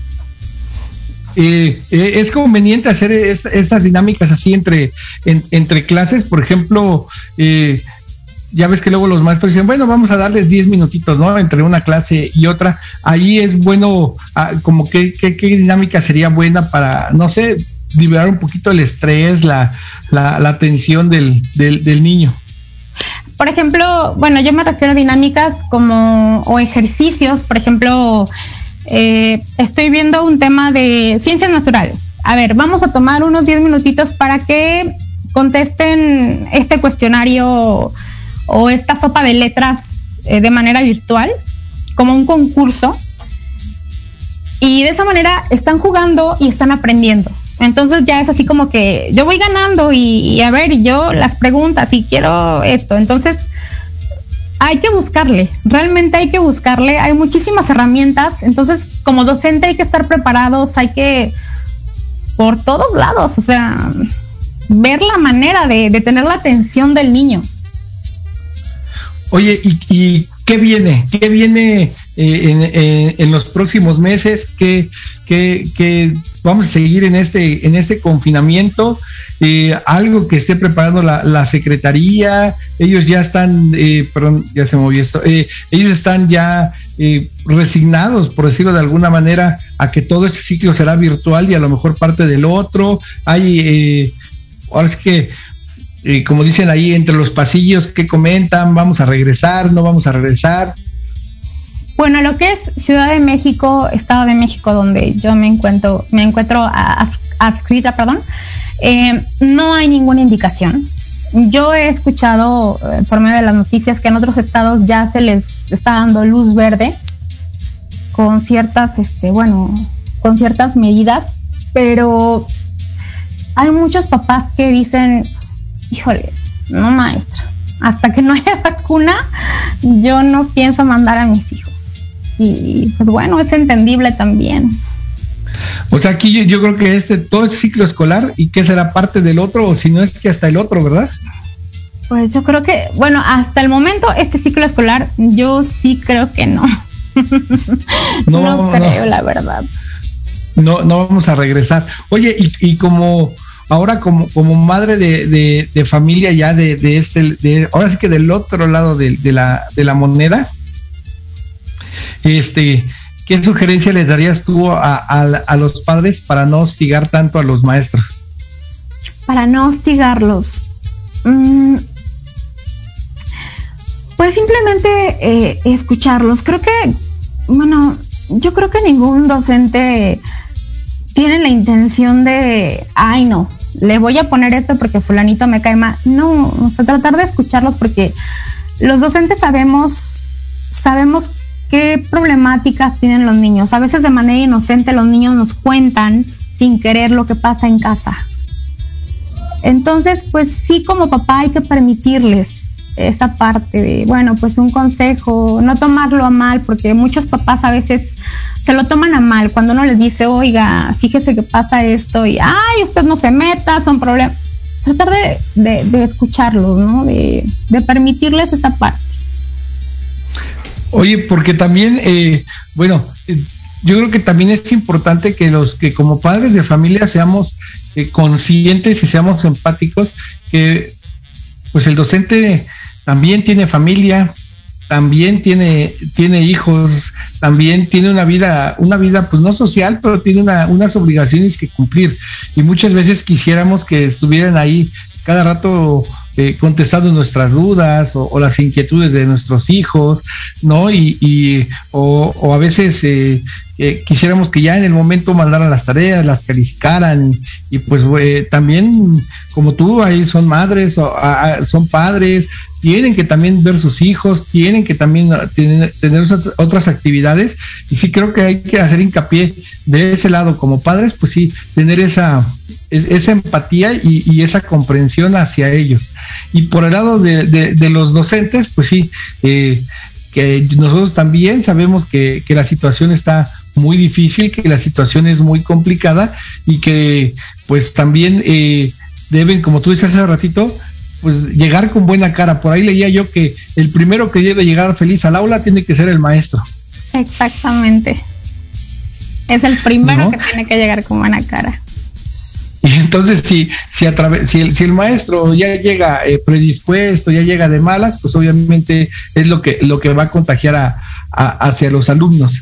Es conveniente hacer estas dinámicas así entre clases, por ejemplo, ya ves que luego los maestros dicen, vamos a darles 10 minutitos, ¿no? Entre una clase y otra. Ahí es bueno, como qué dinámica sería buena para, no sé, liberar un poquito el estrés, la tensión del niño. Por ejemplo, yo me refiero a dinámicas o ejercicios. Por ejemplo, estoy viendo un tema de ciencias naturales. A ver, vamos a tomar unos 10 minutitos para que contesten este cuestionario o esta sopa de letras de manera virtual, como un concurso. Y de esa manera están jugando y están aprendiendo. Entonces ya es así como que yo voy ganando y a ver, y yo las preguntas y quiero esto. Entonces hay que buscarle, realmente hay que buscarle. Hay muchísimas herramientas. Entonces como docente hay que estar preparados, hay que por todos lados, o sea, ver la manera de tener la atención del niño. Oye, ¿y qué viene? ¿Qué viene en los próximos meses? ¿Qué vamos a seguir en este confinamiento? Algo que esté preparando la Secretaría. Ellos ya están, ya se movió esto. Ellos están ya resignados, por decirlo de alguna manera, a que todo este ciclo será virtual y a lo mejor parte del otro. Ahora es que como dicen ahí entre los pasillos, ¿qué comentan? ¿Vamos a regresar? ¿No vamos a regresar? Bueno, lo que es Ciudad de México, Estado de México, donde yo me encuentro adscrita, no hay ninguna indicación. Yo he escuchado por medio de las noticias que en otros estados ya se les está dando luz verde con ciertas, con ciertas medidas, pero hay muchos papás que dicen, híjole, no maestra, hasta que no haya vacuna, yo no pienso mandar a mis hijos. Y pues bueno, es entendible también. O sea, aquí yo creo que todo este ciclo escolar, y que será parte del otro, o si no es que hasta el otro, ¿verdad? Pues yo creo que, bueno, hasta el momento este ciclo escolar, yo sí creo que no. No creo, la verdad. No vamos a regresar. Oye, y como ahora como madre de familia ya ahora sí que del otro lado de la moneda, ¿qué sugerencia les darías tú a los padres para no hostigar tanto a los maestros? Para no hostigarlos. Pues simplemente escucharlos. Creo que, yo creo que ningún docente tiene la intención de, ay no, le voy a poner esto porque fulanito me cae mal. No, o sea, tratar de escucharlos, porque los docentes sabemos qué problemáticas tienen los niños. A veces de manera inocente los niños nos cuentan sin querer lo que pasa en casa. Entonces, pues sí, como papá hay que permitirles esa parte de, bueno, pues un consejo, no tomarlo a mal, porque muchos papás a veces se lo toman a mal cuando uno les dice, oiga, fíjese que pasa esto, y ay, usted no se meta, son problemas. Tratar de escucharlos, ¿no? De permitirles esa parte. Oye, porque también, yo creo que también es importante que como padres de familia seamos conscientes y seamos empáticos, que pues el docente también tiene familia, también tiene hijos, también tiene una vida pues no social, pero tiene unas obligaciones que cumplir, y muchas veces quisiéramos que estuvieran ahí cada rato contestando nuestras dudas o las inquietudes de nuestros hijos, ¿no? O a veces quisiéramos que ya en el momento mandaran las tareas, las calificaran, y pues también, como tú, ahí son madres, son padres, tienen que también ver sus hijos, tienen que también tener otras actividades, y sí creo que hay que hacer hincapié de ese lado como padres, pues sí, tener esa empatía y esa comprensión hacia ellos. Y por el lado de los docentes, pues sí, que nosotros también sabemos que la situación está muy difícil, que la situación es muy complicada, y que pues también deben, como tú dices hace ratito, pues llegar con buena cara. Por ahí leía yo que el primero que debe llegar feliz al aula tiene que ser el maestro. Exactamente. Es el primero, ¿no?, que tiene que llegar con buena cara. Y entonces si el maestro ya llega predispuesto, ya llega de malas, pues obviamente es lo que va a contagiar hacia los alumnos.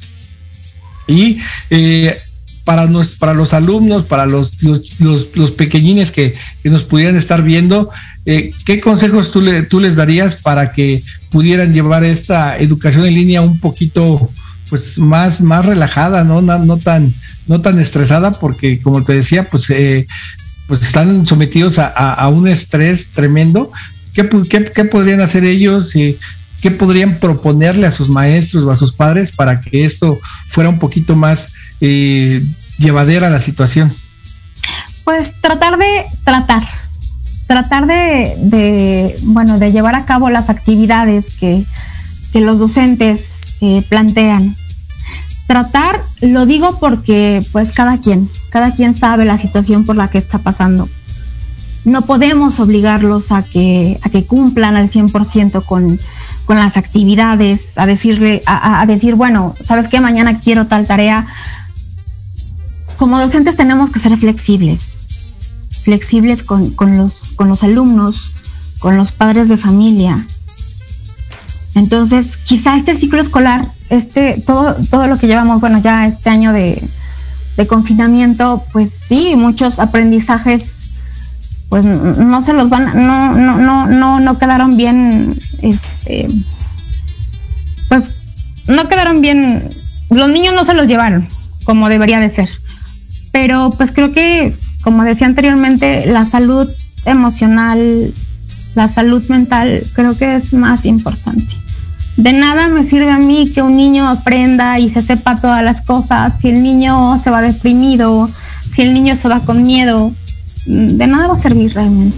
Y para los alumnos, para los pequeñines que nos pudieran estar viendo, ¿qué consejos tú les darías para que pudieran llevar esta educación en línea un poquito pues más relajada, no tan estresada? Porque como te decía, pues están sometidos a un estrés tremendo. ¿Qué podrían hacer ellos? ¿Qué podrían proponerle a sus maestros o a sus padres para que esto fuera un poquito más llevadera la situación? Pues tratar de llevar a cabo las actividades que los docentes plantean. Tratar, lo digo porque pues cada quien sabe la situación por la que está pasando. No podemos obligarlos a que cumplan al 100% con las actividades, a decir, bueno, ¿sabes qué? Mañana quiero tal tarea. Como docentes tenemos que ser flexibles con los alumnos, con los padres de familia. Entonces, quizá este ciclo escolar, todo lo que llevamos, bueno, ya este año de confinamiento, pues sí, muchos aprendizajes, pues no se los van, no quedaron bien, pues no quedaron bien, los niños no se los llevaron como debería de ser. Pero pues creo que, como decía anteriormente, la salud emocional, la salud mental, creo que es más importante. De nada me sirve a mí que un niño aprenda y se sepa todas las cosas si el niño se va deprimido, si el niño se va con miedo. de nada va a servir realmente.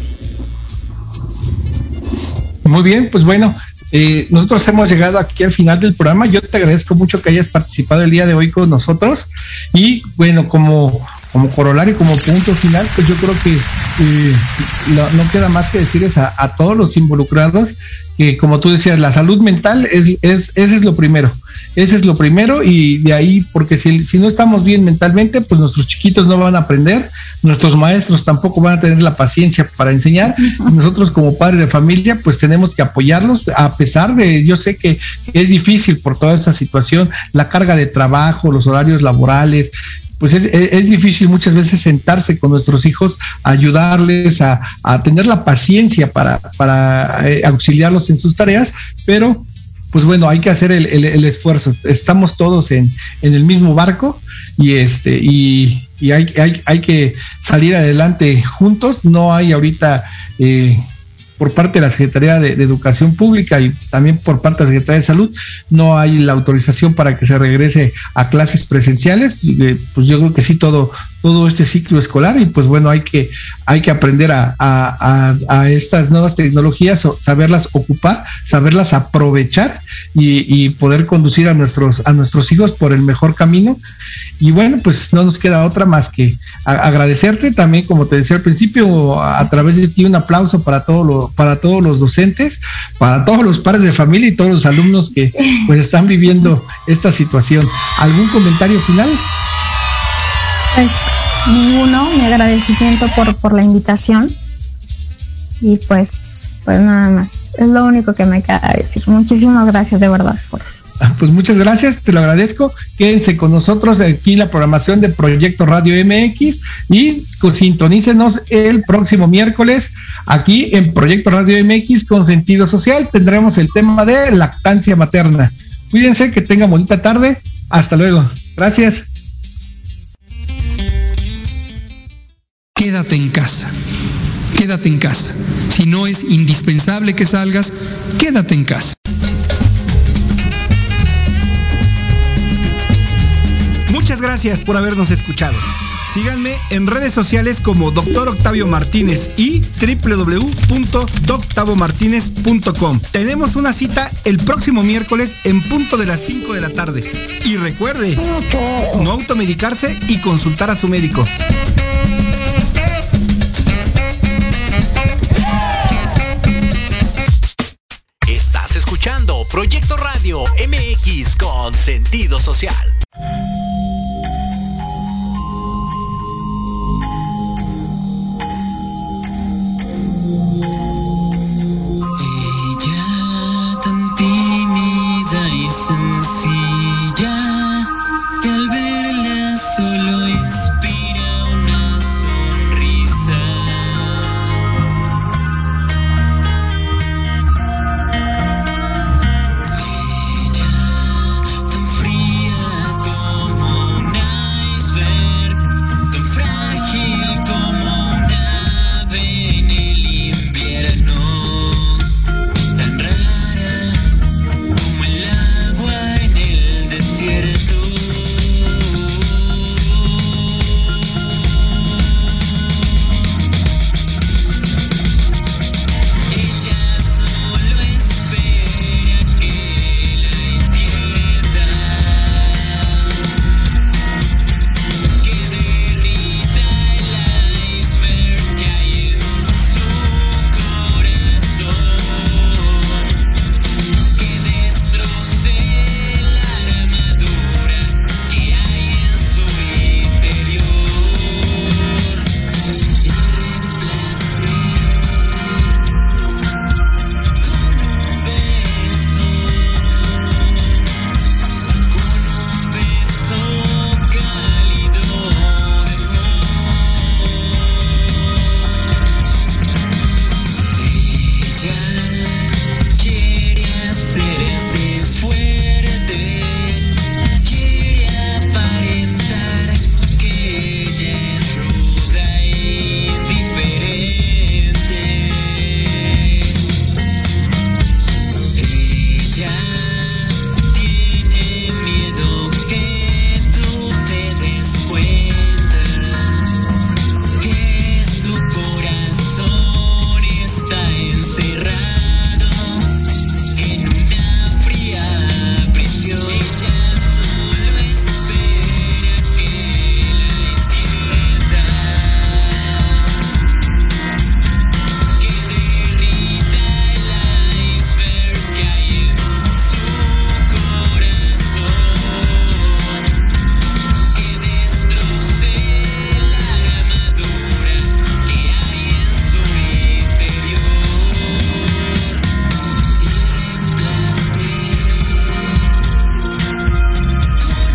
Muy bien, pues bueno, nosotros hemos llegado aquí al final del programa. Yo te agradezco mucho que hayas participado el día de hoy con nosotros y bueno, como corolario, como punto final, pues yo creo que no queda más que decirles a todos los involucrados que, como tú decías, la salud mental ese es lo primero. Ese es lo primero, y de ahí, porque si no estamos bien mentalmente, pues nuestros chiquitos no van a aprender, nuestros maestros tampoco van a tener la paciencia para enseñar, y nosotros como padres de familia, pues tenemos que apoyarlos, a pesar de, yo sé que es difícil por toda esa situación, la carga de trabajo, los horarios laborales, pues es difícil muchas veces sentarse con nuestros hijos, ayudarles a tener la paciencia para auxiliarlos en sus tareas, pero pues bueno, hay que hacer el esfuerzo. Estamos todos en el mismo barco y hay que salir adelante juntos. No hay ahorita por parte de la Secretaría de Educación Pública y también por parte de la Secretaría de Salud, no hay la autorización para que se regrese a clases presenciales. Pues yo creo que sí, todo este ciclo escolar, y pues bueno, hay que aprender a estas nuevas tecnologías, saberlas ocupar, saberlas aprovechar y poder conducir a nuestros hijos por el mejor camino. Y bueno, pues no nos queda otra más que agradecerte también, como te decía al principio, a través de ti un aplauso para todos los docentes, para todos los padres de familia y todos los alumnos que pues están viviendo esta situación. ¿Algún comentario final? Pues ninguno, mi agradecimiento por la invitación, y pues nada más, es lo único que me queda decir. Muchísimas gracias de verdad Pues muchas gracias, te lo agradezco. Quédense con nosotros aquí en la programación de Proyecto Radio MX y sintonícenos el próximo miércoles aquí en Proyecto Radio MX con Sentido Social. Tendremos el tema de lactancia materna. Cuídense, que tengan bonita tarde. Hasta luego. Gracias. Quédate en casa. Quédate en casa. Si no es indispensable que salgas, quédate en casa. Muchas gracias por habernos escuchado. Síganme en redes sociales como Dr. Octavio Martínez y www.doctavomartinez.com. Tenemos una cita el próximo miércoles en punto de las 5 de la tarde. Y recuerde, no automedicarse y consultar a su médico. Estás escuchando Proyecto Radio MX con Sentido Social.